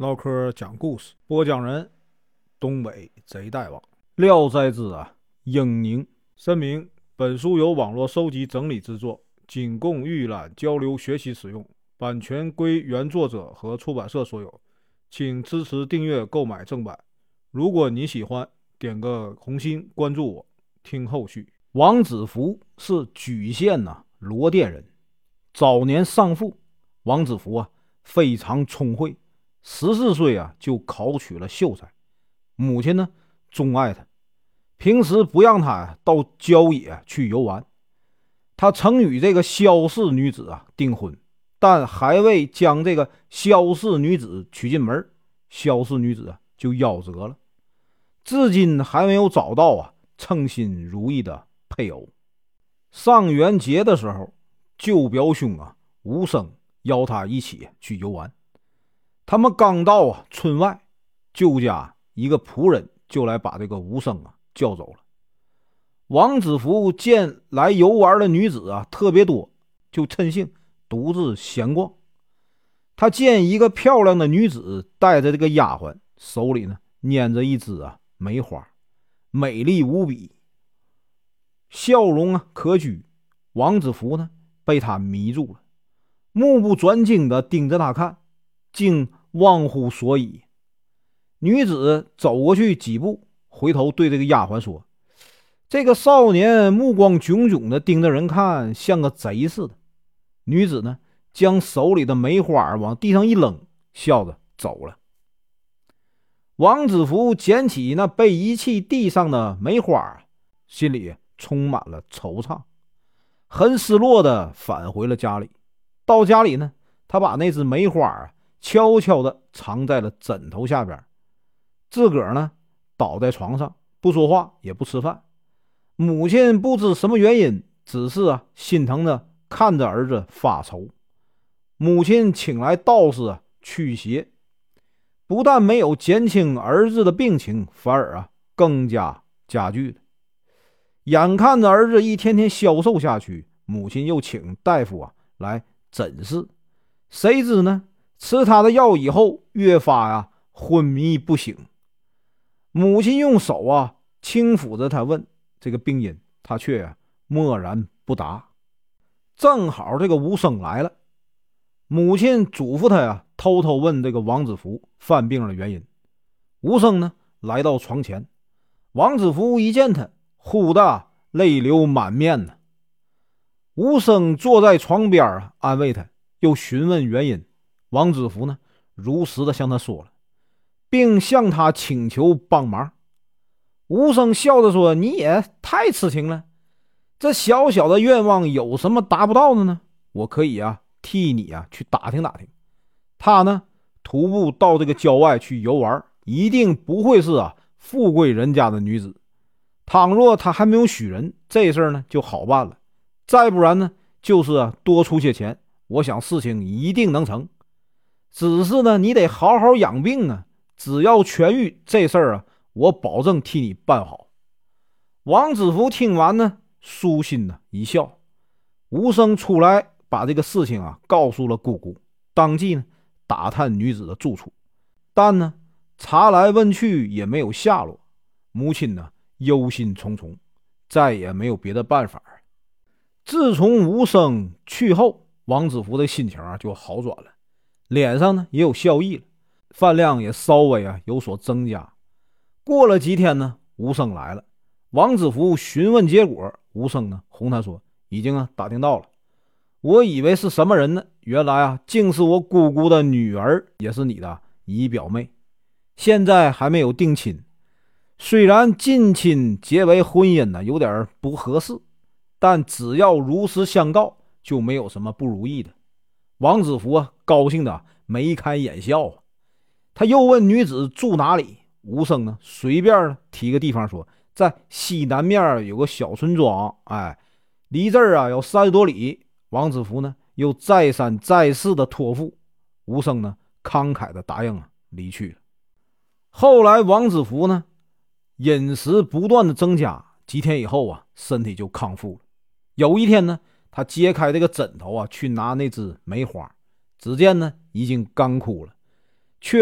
唠嗑讲故事，播讲人东北贼大王。聊斋志英宁。声明：本书由网络收集整理制作，仅供预览、交流、学习使用，版权归原作者和出版社所有，请支持订阅、购买正版。如果你喜欢，点个红心，关注我，听后续。王子服是莒县罗店人，早年丧父。王子服非常聪慧，14岁就考取了秀才。母亲呢钟爱他，平时不让他到郊野去游玩。他曾与这个萧氏女子订婚，但还未将这个萧氏女子娶进门，萧氏女子就夭折了。至今还没有找到称心如意的配偶。上元节的时候，舅表兄吴生邀他一起去游玩。他们刚到村外，舅家一个仆人就来把这个吴生叫走了。王子服见来游玩的女子特别多，就趁兴独自闲逛。他见一个漂亮的女子带着这个丫鬟，手里呢拈着一支梅花，美丽无比，笑容可掬。王子服呢被她迷住了，目不转睛地盯着她看，竟忘乎所以。女子走过去几步，回头对这个丫鬟说：“这个少年目光炯炯地盯着人看，像个贼似的。”女子呢将手里的梅花往地上一扔，笑着走了。王子服捡起那被遗弃地上的梅花，心里充满了惆怅，很失落地返回了家里。到家里呢，他把那只梅花悄悄地藏在了枕头下边，自个儿呢倒在床上，不说话也不吃饭。母亲不知什么原因，只是心疼着看着儿子发愁。母亲请来道士驱邪，不但没有减轻儿子的病情，反而更加加剧了。眼看着儿子一天天消瘦下去，母亲又请大夫来诊视。谁知呢，吃他的药以后越发昏迷不醒。母亲用手轻抚着他，问这个病因，他却默然不答。正好这个吴生来了，母亲嘱咐他偷偷问这个王子服犯病的原因。吴生呢来到床前，王子服一见他，忽的泪流满面呢。吴生坐在床边安慰他，又询问原因。王子服呢如实的向他说了，并向他请求帮忙。吴生笑着说：“你也太痴情了，这小小的愿望有什么达不到的呢？我可以替你去打听打听。他呢徒步到这个郊外去游玩，一定不会是富贵人家的女子。倘若他还没有许人，这事儿呢就好办了。再不然呢，就是多出些钱，我想事情一定能成。只是呢，你得好好养病只要痊愈，这事儿我保证替你办好。”王子服听完呢，舒心一笑。吴生出来把这个事情告诉了姑姑，当即呢打探女子的住处，但呢查来问去也没有下落。母亲呢忧心忡忡，再也没有别的办法。自从吴生去后，王子服的心情就好转了，脸上呢也有笑意了，饭量也稍微有所增加。过了几天呢，吴生来了，王子服询问结果，吴生呢哄他说已经打听到了。我以为是什么人呢，原来竟是我姑姑的女儿，也是你的姨表妹，现在还没有定亲。虽然近亲结为婚姻呢有点不合适，但只要如实相告，就没有什么不如意的。王子服高兴的眉开眼笑他又问女子住哪里。吴生呢随便提个地方说，在西南面有个小村庄，离这儿有30多里。王子服呢又再三再四的托付，吴生呢慷慨的答应离去了。后来王子服呢饮食不断的增加，几天以后身体就康复了。有一天呢，他揭开这个枕头去拿那只梅花，只见呢已经干枯了，却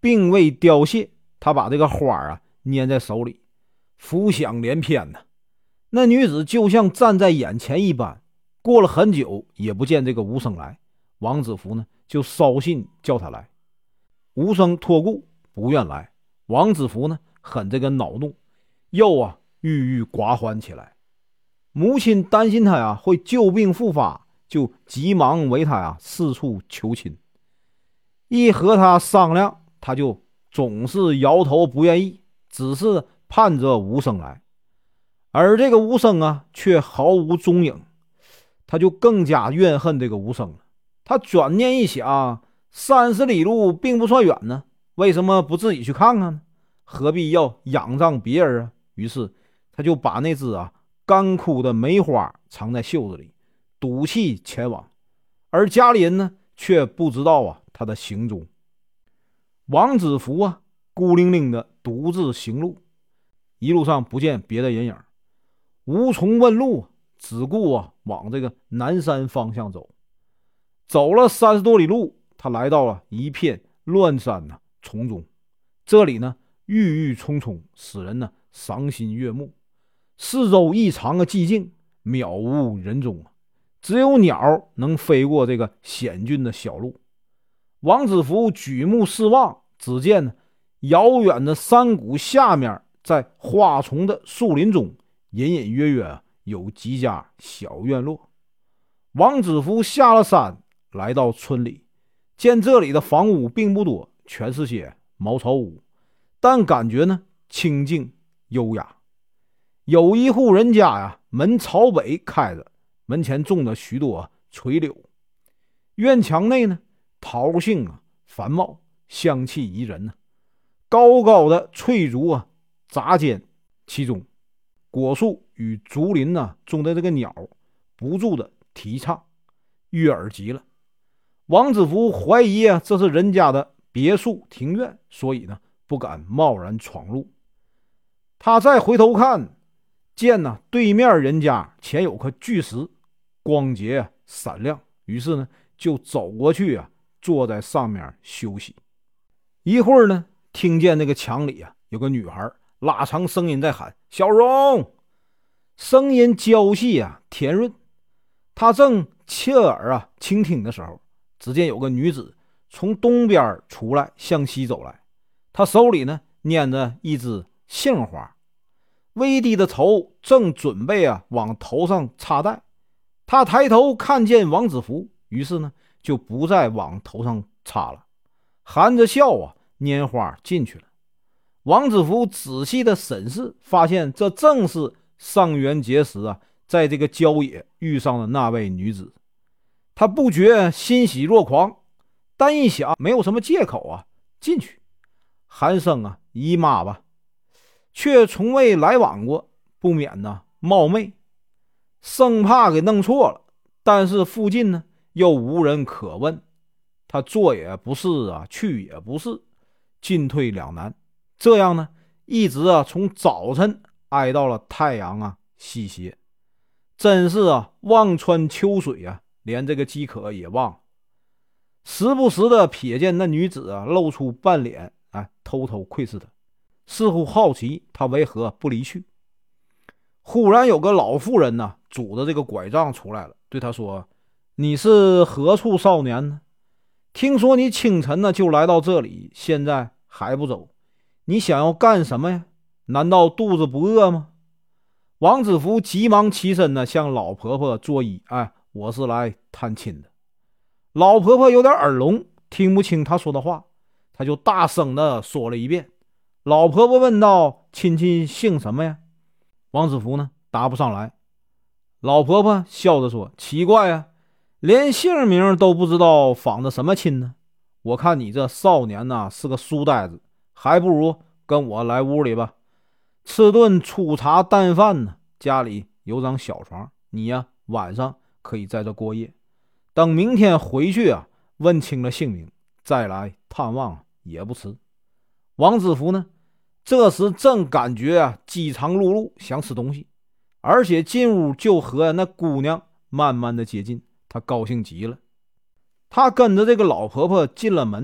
并未凋谢，他把这个花啊捏在手里，浮想联翩呢。那女子就像站在眼前一般，过了很久也不见这个吴生来。王子服呢就捎信叫他来，吴生托故不愿来。王子服呢很这个恼怒，又郁郁寡欢起来。母亲担心他会旧病复发，就急忙为他四处求亲。一和他商量，他就总是摇头不愿意，只是盼着吴生来。而这个吴生却毫无踪影，他就更加怨恨这个吴生了。他转念一想，30里路并不算远呢，为什么不自己去看看呢？何必要仰仗别人啊？于是他就把那只干枯的梅花藏在袖子里，赌气前往。而家里人呢却不知道他的行踪。王子服孤零零的独自行路，一路上不见别的人影，无从问路，只顾往这个南山方向走。走了30多里路，他来到了一片乱山丛中。这里呢郁郁葱葱，使人赏心悦目。四周异常的寂静，渺无人踪，只有鸟能飞过这个险峻的小路。王子服举目四望，只见遥远的山谷下面，在花丛的树林中，隐隐约约有几家小院落。王子服下了山，来到村里，见这里的房屋并不多，全是些茅草屋，但感觉呢清静优雅。有一户人家门朝北开着，门前种了许多垂柳。院墙内呢桃杏繁茂，香气宜人高高的翠竹杂间其中，果树与竹林中的这个鸟不住的啼唱，悦耳极了。王子服怀疑这是人家的别墅庭院，所以呢不敢贸然闯入。他再回头看，见对面人家前有颗巨石，光洁闪亮，于是呢就走过去坐在上面休息。一会儿呢，听见那个墙里有个女孩拉长声音在喊：“小荣！”声音娇细甜润。他正侧耳倾听的时候，只见有个女子从东边出来，向西走来。她手里呢拈着一枝杏花，微低的头，正准备往头上插戴。他抬头看见王子服，于是呢就不再往头上插了，含着笑拈花进去了。王子服仔细的审视，发现这正是上元节时在这个郊野遇上的那位女子。他不觉欣喜若狂，但一想没有什么借口进去寒生姨妈吧，却从未来往过，不免冒昧，生怕给弄错了。但是附近呢又无人可问，他做也不是去也不是，进退两难。这样呢一直从早晨挨到了太阳西斜，真是望穿秋水连这个饥渴也忘了。时不时的瞥见那女子露出半脸偷偷窥视他，似乎好奇他为何不离去。忽然有个老妇人拄着这个拐杖出来了，对他说：“你是何处少年呢？听说你清晨就来到这里，现在还不走，你想要干什么呀？难道肚子不饿吗？”王子服急忙起身向老婆婆作揖：“我是来探亲的。”老婆婆有点耳聋，听不清他说的话，他就大声的说了一遍。老婆婆问道：“亲戚姓什么呀？”王子服呢答不上来。老婆婆笑着说：“奇怪连姓名都不知道，仿的什么亲呢？我看你这少年是个书呆子，还不如跟我来屋里吧，吃顿粗茶淡饭呢。家里有张小床，你晚上可以在这过夜，等明天回去问清了姓名，再来探望也不迟。”王子服呢这时正感觉饥肠辘辘，想吃东西，而且进屋就和那姑娘慢慢的接近，他高兴极了。他跟着这个老婆婆进了门，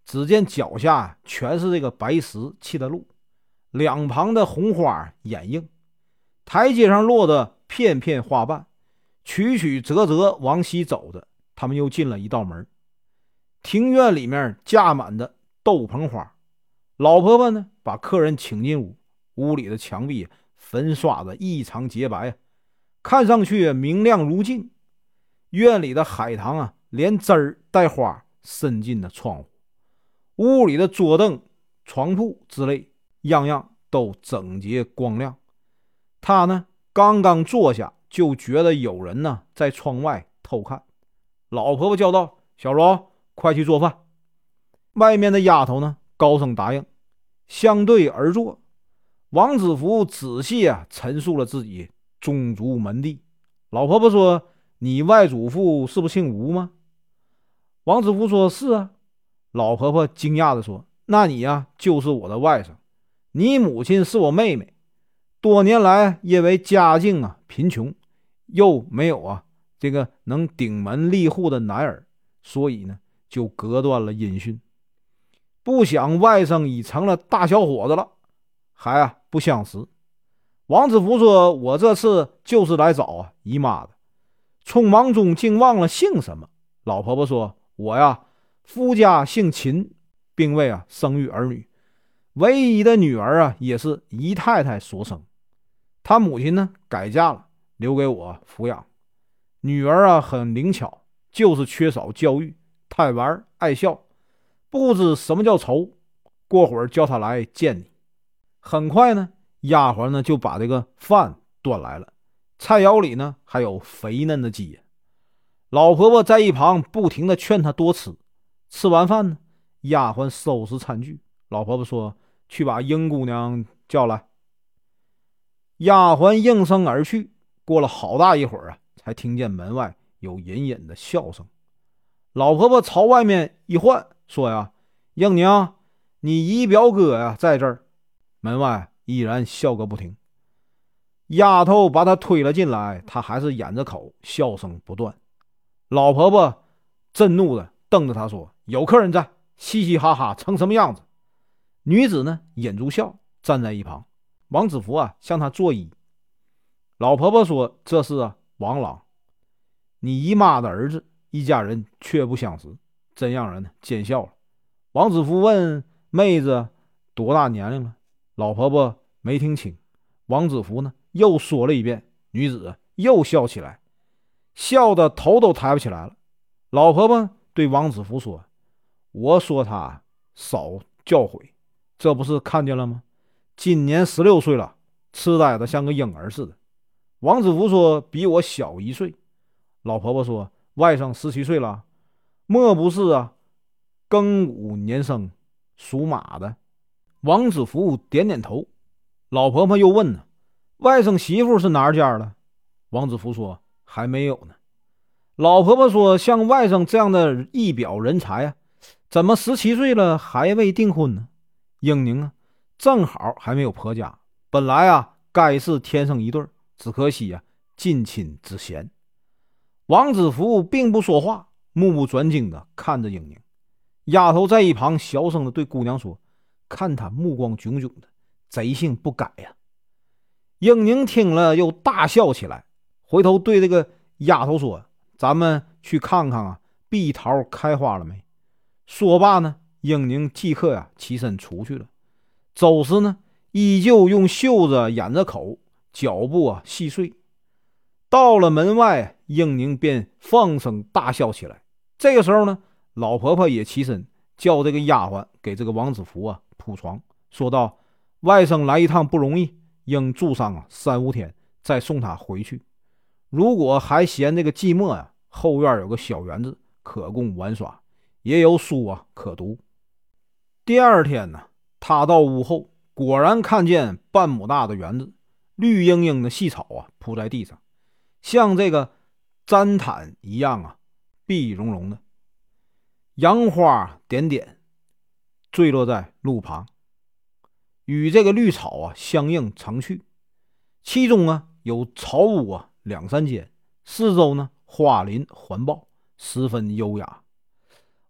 只见脚下全是这个白石砌的路，两旁的红花掩映，台阶上落的片片花瓣，曲曲折折往西走着。他们又进了一道门，庭院里面架满的豆棚花。老婆婆呢，把客人请进屋，屋里的墙壁粉刷的异常洁白，看上去明亮如镜。院里的海棠啊，连枝儿带花伸进了窗户。屋里的桌凳、床铺之类，样样都整洁光亮。他呢，刚刚坐下，就觉得有人呢在窗外偷看。老婆婆叫道：“小柔，快去做饭。”外面的丫头呢，高声答应，相对而坐。王子服仔细陈述了自己宗族门第。老婆婆说：“你外祖父是不是姓吴吗？”王子服说：“是啊。”老婆婆惊讶地说：“那你就是我的外甥，你母亲是我妹妹。多年来因为家境贫穷，又没有这个能顶门立户的男儿，所以呢就隔断了音讯。不想外甥已成了大小伙子了，还不相识。”王子服说：“我这次就是来找姨妈的，匆忙中竟忘了姓什么。”老婆婆说：“我夫家姓秦，并未生育儿女，唯一的女儿也是姨太太所生。她母亲呢改嫁了，留给我抚养。女儿很灵巧，就是缺少教育，贪玩爱笑，不知什么叫愁。过会儿叫她来见你。”很快呢，丫鬟呢就把这个饭端来了，菜肴里呢还有肥嫩的鸡。老婆婆在一旁不停地劝她多吃。吃完饭呢，丫鬟收拾餐具。老婆婆说：“去把英姑娘叫来。”丫鬟应声而去。过了好大一会儿才听见门外有隐隐的笑声。老婆婆朝外面一唤，说：“英娘，你姨表哥在这儿。”门外依然笑个不停。丫头把她推了进来，她还是掩着口，笑声不断。老婆婆震怒的瞪着她说：“有客人在，嘻嘻哈哈成什么样子？”女子呢忍住笑，站在一旁。王子服向她作揖。老婆婆说：“这是王朗，你姨妈的儿子，一家人却不相识，真让人见笑了。”王子服问妹子多大年龄了，老婆婆没听清。王子服呢又说了一遍，女子又笑起来，笑得头都抬不起来了。老婆婆对王子服说：“我说他少教诲，这不是看见了吗？今年16岁了，痴呆的像个婴儿似的。”王子服说：“比我小1岁。”老婆婆说：“外甥17岁了，莫不是庚午年生，属马的？”王子服点点头。老婆婆又问呢：“外甥媳妇是哪家的？”王子服说：“还没有呢。”老婆婆说：“像外甥这样的一表人才怎么17岁了还未订婚呢？”英宁正好还没有婆家，本来该是天生一对，只可惜近亲之嫌。王子服并不说话，目不转睛的看着英宁。丫头在一旁小声的对姑娘说：“看他目光炯炯的，贼性不改呀。”英宁听了又大笑起来，回头对这个丫头说：“咱们去看看碧桃开花了没？”说罢呢，英宁即刻起身出去了。走时呢，依旧用袖子掩着口，脚步细碎。到了门外，英宁便放声大笑起来。这个时候呢，老婆婆也起身叫这个丫鬟给这个王子服铺床，说道：“外甥来一趟不容易，应住上3、5天，再送他回去。如果还嫌这个寂寞后院有个小园子可供玩耍，也有书可读。”第二天呢，他到屋后，果然看见半亩大的园子，绿茵茵的细草铺在地上，像这个毡毯一样碧茸茸的，杨花点点坠落在路旁，与这个绿草相映成趣。其中有草屋2、3间，四周呢花林环抱，十分优雅。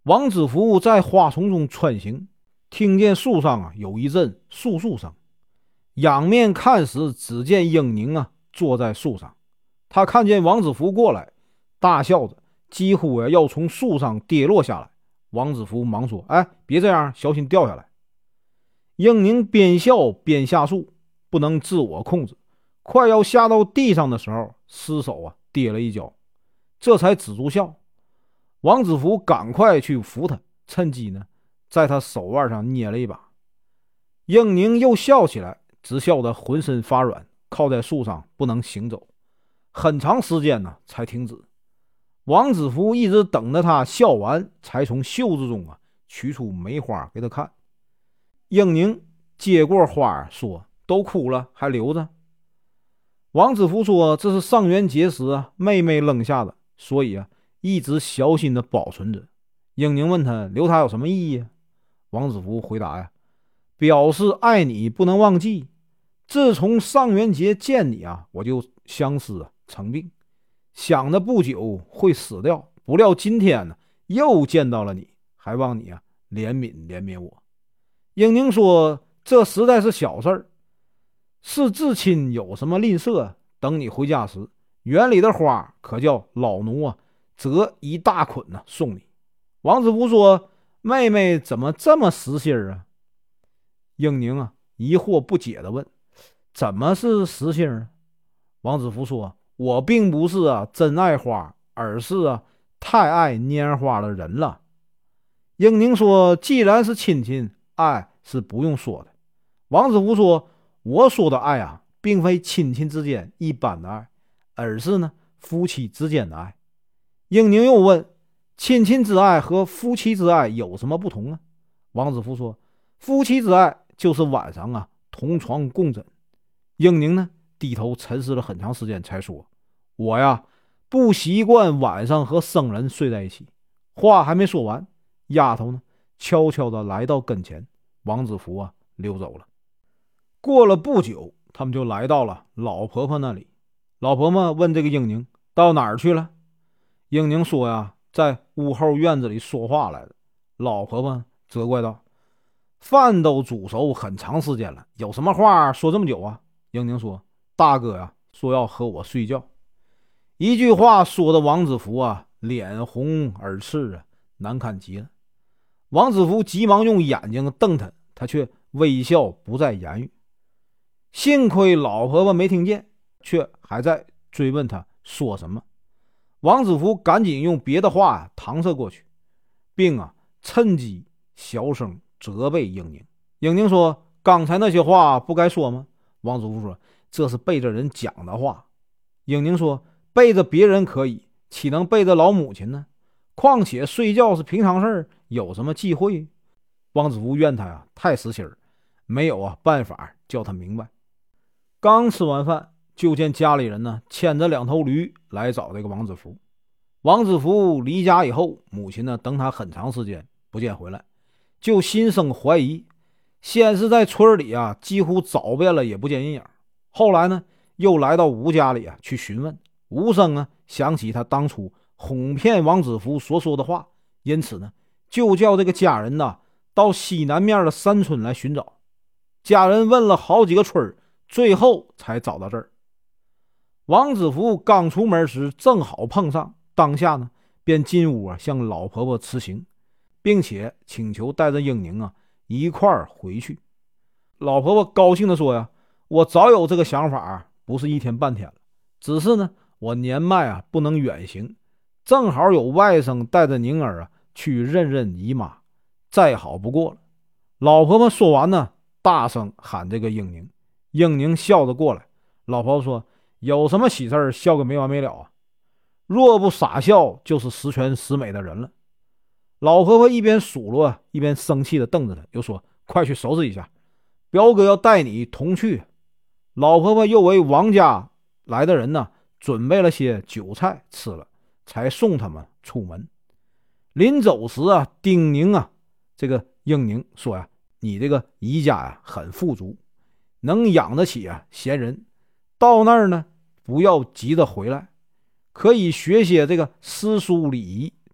王子服在花丛中穿行，听见树上有一阵簌簌声，仰面看时，只见英宁坐在树上。他看见王子服过来，大笑着，几乎要从树上跌落下来。王子服忙说：“哎，别这样，小心掉下来。”英宁边笑边下树，不能自我控制，快要下到地上的时候，失手跌了一跤，这才止住笑。王子服赶快去扶他，趁机在他手腕上捏了一把。英宁又笑起来，直笑得浑身发软，靠在树上不能行走，很长时间才停止。王子服一直等着他笑完，才从袖子中取出梅花给他看。英宁接过花说：“都枯了，还留着。”王子服说：“这是上元节时妹妹扔下的，所以一直小心的保存着。”英宁问他留它有什么意义？王子服回答表示爱你不能忘记。自从上元节见你我就相思成病，想着不久会死掉，不料今天又见到了你，还望你怜悯怜悯我。英宁说：“这实在是小事儿，是至亲有什么吝啬，等你回家时，园里的花可叫老奴折一大捆送你。”王子服说：“妹妹怎么这么实心啊？”英宁疑惑不解地问：“怎么是实心？”王子服说：“我并不是真爱花，而是太爱拈花的人了。”英宁说：“既然是亲情，爱是不用说的。”王子服说：“我说的爱并非亲情之间一般的爱，而是夫妻之间的爱。”英宁又问：“亲情之爱和夫妻之爱有什么不同？”王子服说：“夫妻之爱就是晚上同床共枕。”英宁低头沉思了很长时间，才说：“我不习惯晚上和生人睡在一起。”话还没说完，丫头悄悄地来到跟前，王子服溜走了。过了不久，他们就来到了老婆婆那里。老婆婆问这个英宁到哪儿去了。英宁说在屋后院子里说话来了。老婆婆责怪道：“饭都煮熟很长时间了，有什么话说这么久啊？”英宁说：“大哥说要和我睡觉。”一句话说的王子服脸红耳赤难看极了。王子服急忙用眼睛瞪他，他却微笑不再言语。幸亏老婆婆没听见，却还在追问他说什么。王子服赶紧用别的话搪塞过去，并趁机小声责备英宁。英宁说：“刚才那些话不该说吗？”王子服说：“这是背着人讲的话。”英宁说：“背着别人可以，岂能背着老母亲呢？况且睡觉是平常事，有什么忌讳？”王子服怨他太死心，没有办法叫他明白。刚吃完饭，就见家里人牵着2头驴来找这个王子服。王子服离家以后，母亲等他很长时间不见回来，就心生怀疑。先是在村里几乎找遍了也不见人影，后来又来到吴家里去询问。吴生想起他当初哄骗王子服所说的话，因此就叫这个家人到西南面的山村来寻找。家人问了好几个村，最后才找到这儿。王子服刚出门时正好碰上，当下便进屋向老婆婆辞行，并且请求带着英宁一块儿回去。老婆婆高兴地说：“我早有这个想法，不是一天半天了，只是我年迈不能远行，正好有外甥带着宁儿去认认姨妈，再好不过了。”老婆婆说完大声喊这个英宁。英宁笑着过来。老婆婆说：“有什么喜事笑个没完没了若不傻笑，就是十全十美的人了。”老婆婆一边数落一边生气地瞪着他，又说：“快去收拾一下，表哥要带你同去。”老婆婆又为王家来的人准备了些酒菜吃了，才送他们出门。临走时叮咛这个英宁说：“你这个姨家很富足，能养得起闲人，到那儿不要急着回来，可以学些这个诗书礼仪，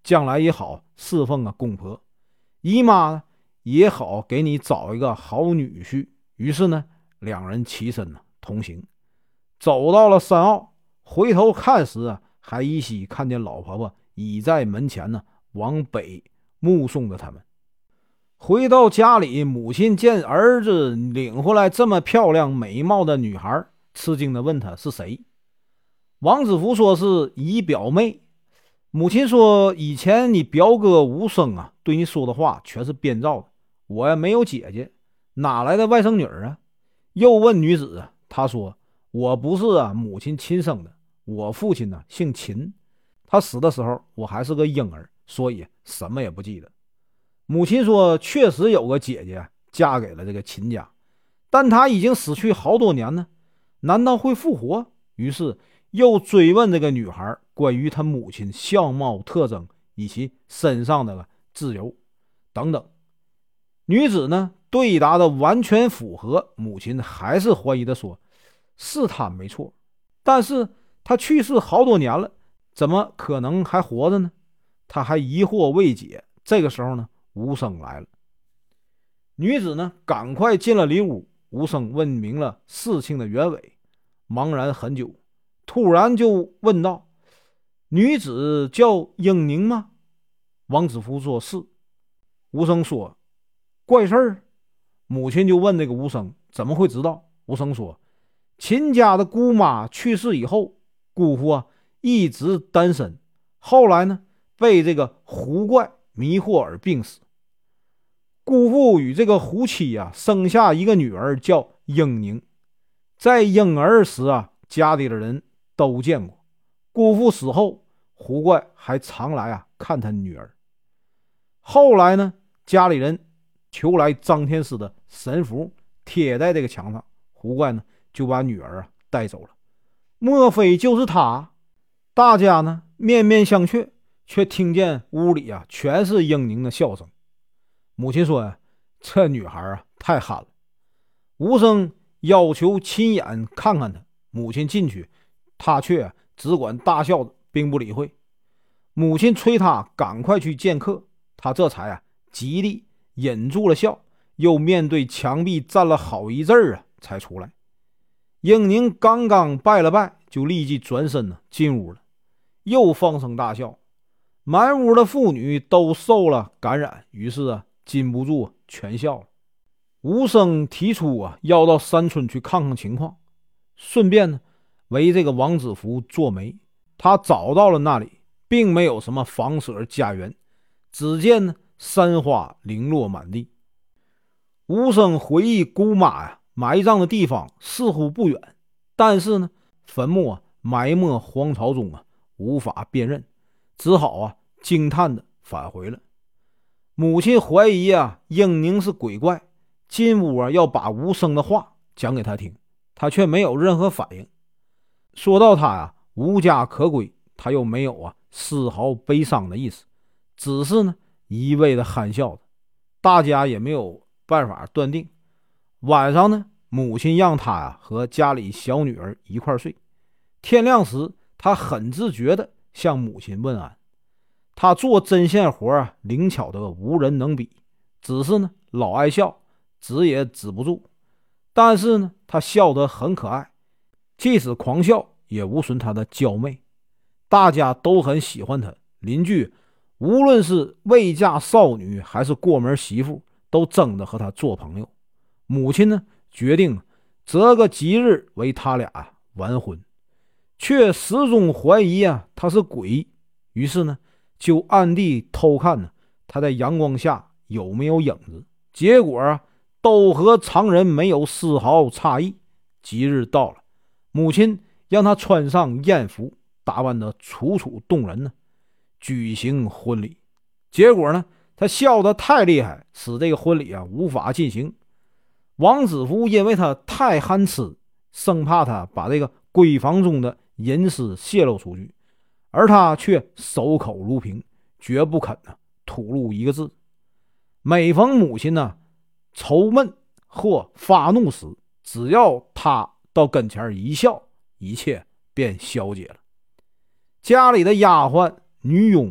将来也好侍奉公婆，姨妈呢也好给你找一个好女婿。于是呢，两人起身同行，走到了山坳，回头看时还依稀看见老婆婆倚在门前往北目送着他们。回到家里，母亲见儿子领回来这么漂亮美貌的女孩，吃惊地问他是谁。王子服说是姨表妹。母亲说，以前你表哥吴生对你说的话全是编造的，我没有姐姐，哪来的外甥女儿？又问女子，她说我不是母亲亲生的，我父亲姓秦，他死的时候我还是个婴儿，所以什么也不记得。母亲说，确实有个姐姐嫁给了这个秦家，但她已经死去好多年呢，难道会复活？于是又追问这个女孩关于她母亲相貌特征以及身上的自由等等。女子对答的完全符合，母亲还是怀疑的说，是她没错，但是她去世好多年了，怎么可能还活着呢？她还疑惑未解。这个时候吴生来了。女子赶快进了里屋，吴生问明了事情的原委，茫然很久，突然就问道，女子叫英宁吗？王子服说是。吴生说，怪事儿。母亲就问这个吴生怎么会知道。吴生说，秦家的姑妈去世以后，姑父一直单身，后来被这个狐怪迷惑而病死。姑父与这个狐妻生下一个女儿叫英宁，在婴儿时家里的人都见过。姑父死后，狐怪还常来看他女儿。后来家里人求来张天师的神符贴在这个墙上，狐怪就把女儿带走了。莫非就是他？大家面面相觑，却听见屋里全是英宁的笑声。母亲说这女孩太憨了。吴生要求亲眼看看她，母亲进去，他却只管大笑着，并不理会。母亲催他赶快去见客，他这才极力忍住了笑，又面对墙壁站了好一阵儿才出来。英宁刚刚拜了拜，就立即转身进屋了，又放声大笑。满屋的妇女都受了感染，于是禁不住全笑了。吴生提出要到山村去看看情况，顺便为这个王子服做媒。他找到了那里，并没有什么房舍家园，只见山花零落满地。吴生回忆姑妈埋葬的地方似乎不远，但是坟墓埋没荒草中无法辨认，只好惊叹的返回了。母亲怀疑英宁是鬼怪，进屋要把吴生的话讲给他听，他却没有任何反应。说到他无家可归，他又没有丝毫悲伤的意思，只是一味的憨笑着。大家也没有办法断定。晚上母亲让他和家里小女儿一块睡。天亮时，他很自觉的向母亲问安。他做针线活灵巧的无人能比，只是老爱笑，止也止不住。但是他笑得很可爱，即使狂笑也无损他的娇媚。大家都很喜欢他，邻居无论是未嫁少女还是过门媳妇，都争着和他做朋友。母亲决定择个吉日为他俩完婚，却始终怀疑他是鬼，于是就暗地偷看他在阳光下有没有影子。结果都和常人没有丝毫差异。吉日到了，母亲让他穿上艳服，打扮得楚楚动人举行婚礼。结果他笑得太厉害，使这个婚礼无法进行。王子服因为他太贪吃，生怕他把这个闺房中的隐私泄露出去，而他却守口如瓶，绝不肯吐露一个字。每逢母亲愁闷或发怒时，只要他到跟前一笑，一切便消解了。家里的丫鬟女佣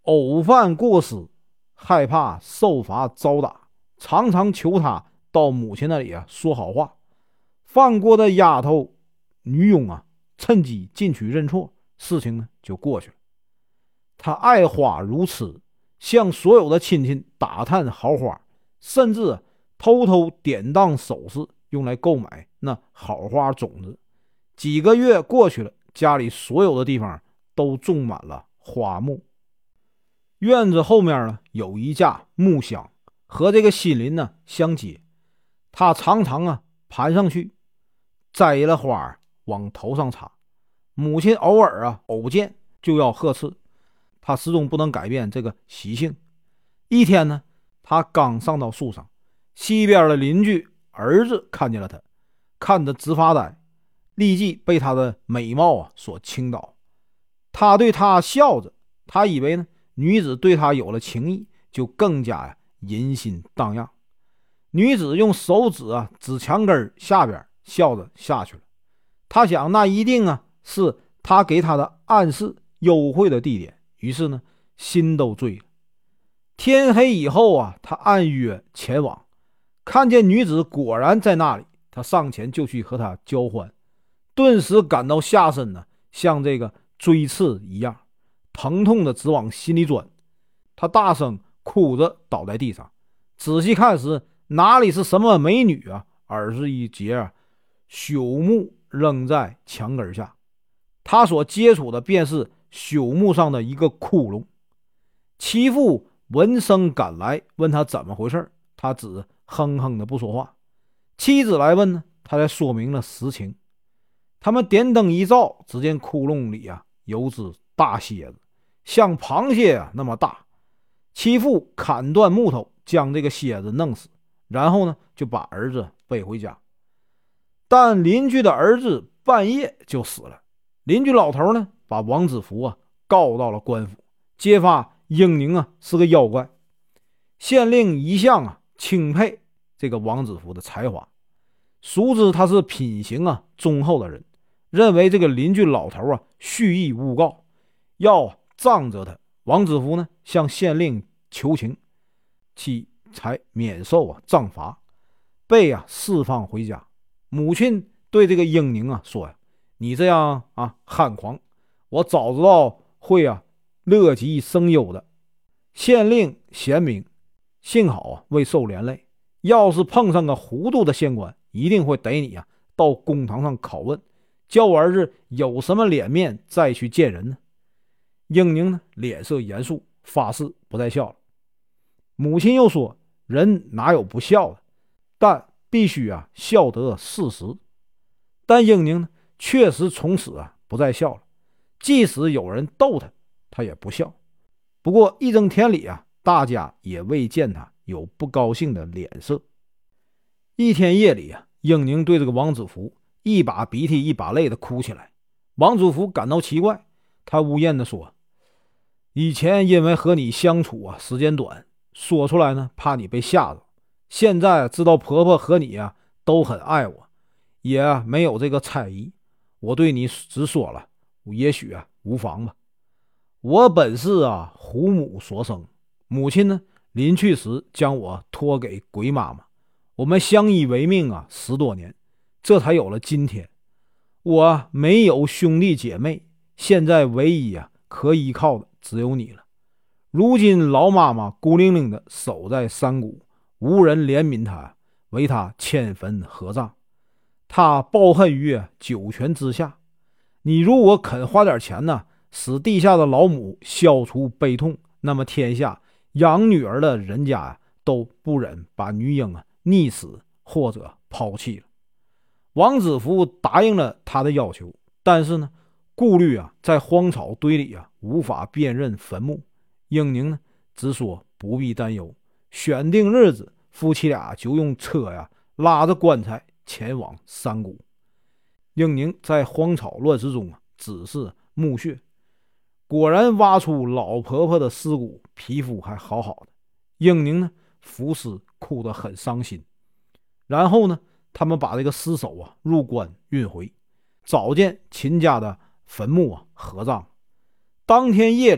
偶犯过失，害怕受罚遭打，常常求他到母亲那里说好话。犯过的丫头女佣趁机进去认错，事情呢就过去了。他爱花如痴，向所有的亲戚打探好花，甚至偷偷典当首饰，用来购买那好花种子。几个月过去了，家里所有的地方都种满了花木。院子后面呢有一架木箱，和这个新林呢相接。他常常爬上去，摘了花往头上插。母亲偶尔偶见就要呵斥，他始终不能改变这个习性。一天呢，他刚上到树上，西边的邻居儿子看见了他，看得直发呆，立即被他的美貌所倾倒。他对他笑着，他以为呢女子对他有了情意，就更加淫心荡漾。女子用手指指墙根下边，笑着下去了。他想那一定是他给他的暗示，幽会的地点，于是呢心都醉了。天黑以后他按约前往，看见女子果然在那里，他上前就去和她交欢，顿时感到下身像这个锥刺一样，疼痛的直往心里钻。他大声哭着倒在地上，仔细看时，哪里是什么美女而是一截朽木扔在墙根下。他所接触的便是朽木上的一个窟窿。其父闻声赶来，问他怎么回事，他只哼哼的不说话。妻子来问呢，他才说明了实情。他们点灯一照，只见窟窿里有只大蝎子，像螃蟹那么大。其父砍断木头，将这个蝎子弄死，然后呢就把儿子背回家。但邻居的儿子半夜就死了。邻居老头呢把王子服告到了官府，揭发英宁是个妖怪。县令一向钦佩这个王子服的才华，熟知他是品行忠厚的人，认为这个邻居老头蓄意诬告，要杖责他。王子服呢向县令求情，其才免受杖罚，被释放回家。母亲对这个英宁说你这样憨狂，我早知道会乐极生忧的。县令贤明，幸好未受连累，要是碰上个糊涂的县官，一定会逮你到公堂上拷问，叫我儿子有什么脸面再去见人呢？英宁呢脸色严肃，发誓不再笑了。母亲又说，人哪有不笑的，但必须笑得事实。但英宁呢确实从此不再笑了，即使有人逗他，他也不笑。不过一整天里大家也未见他有不高兴的脸色。一天夜里英宁对这个王子服一把鼻涕一把泪的哭起来。王子服感到奇怪，他呜咽的说，以前因为和你相处时间短，说出来呢怕你被吓着，现在知道婆婆和你都很爱我，也没有这个猜疑，我对你直说了，也许无妨吧。我本是虎母所生，母亲呢临去时将我托给鬼妈妈，我们相依为命10多年，这才有了今天。我没有兄弟姐妹，现在唯一可依靠的只有你了。如今老妈妈孤零零的守在山谷，无人怜悯她，为她迁坟合葬。她抱恨于九泉之下，你如果肯花点钱使地下的老母消除悲痛，那么天下养女儿的人家都不忍把女婴溺死或者抛弃了。王子服答应了他的要求，但是呢顾虑在荒草堆里无法辨认坟墓。英宁呢只说不必担忧，选定日子，夫妻俩就用车拉着棺材前往山谷。英宁在荒草乱石中只是墓穴，果然挖出老婆婆的尸骨，皮肤还好好的。英宁呢服尸哭得很伤心。然后呢他们把这个尸首入棺运回，找见秦家的坟墓合葬。当天夜里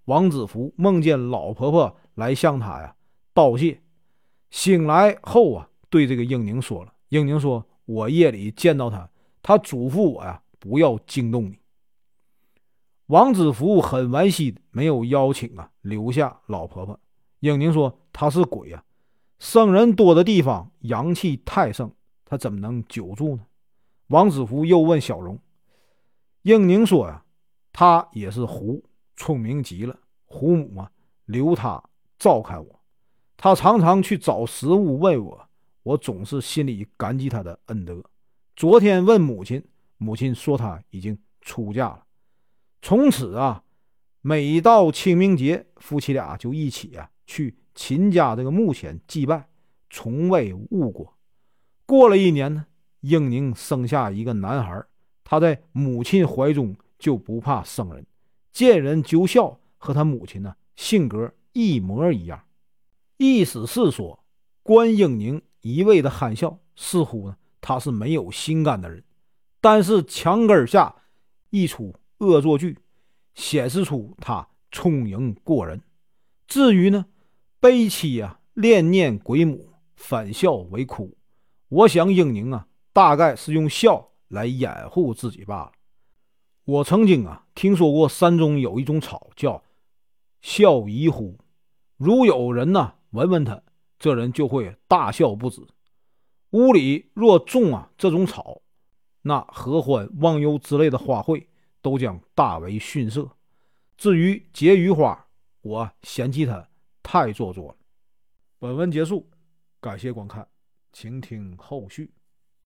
王子服梦见老婆婆来向他道谢。醒来后对这个英宁说了，英宁说，我夜里见到他嘱咐我不要惊动你。王子服很惋惜的没有邀请留下老婆婆。英宁说，他是鬼圣人多的地方阳气太盛，他怎么能久住呢？王子服又问小荣，英宁说他也是狐，聪明极了，胡母留他照看我，他常常去找食物喂我，我总是心里感激他的恩德。昨天问母亲，母亲说他已经出嫁了。从此每到清明节，夫妻俩就一起去秦家这个墓前祭拜，从未误过。过了1年呢，英宁生下一个男孩，他在母亲怀中就不怕生人，见人就笑，和他母亲性格一模一样。意思是说，关英宁一味的憨笑，似乎他是没有心肝的人，但是墙根下一出恶作剧，显示出他聪颖过人。至于悲妻恋念鬼母，反笑为哭，我想英宁大概是用笑来掩护自己罢了。我曾经听说过山中有一种草叫笑夷乎，如有人闻闻它，这人就会大笑不止。屋里若种这种草，那合欢、忘忧之类的花卉都将大为逊色。至于婕妤花，我嫌弃它太做作了。本文结束，感谢观看，请听后续。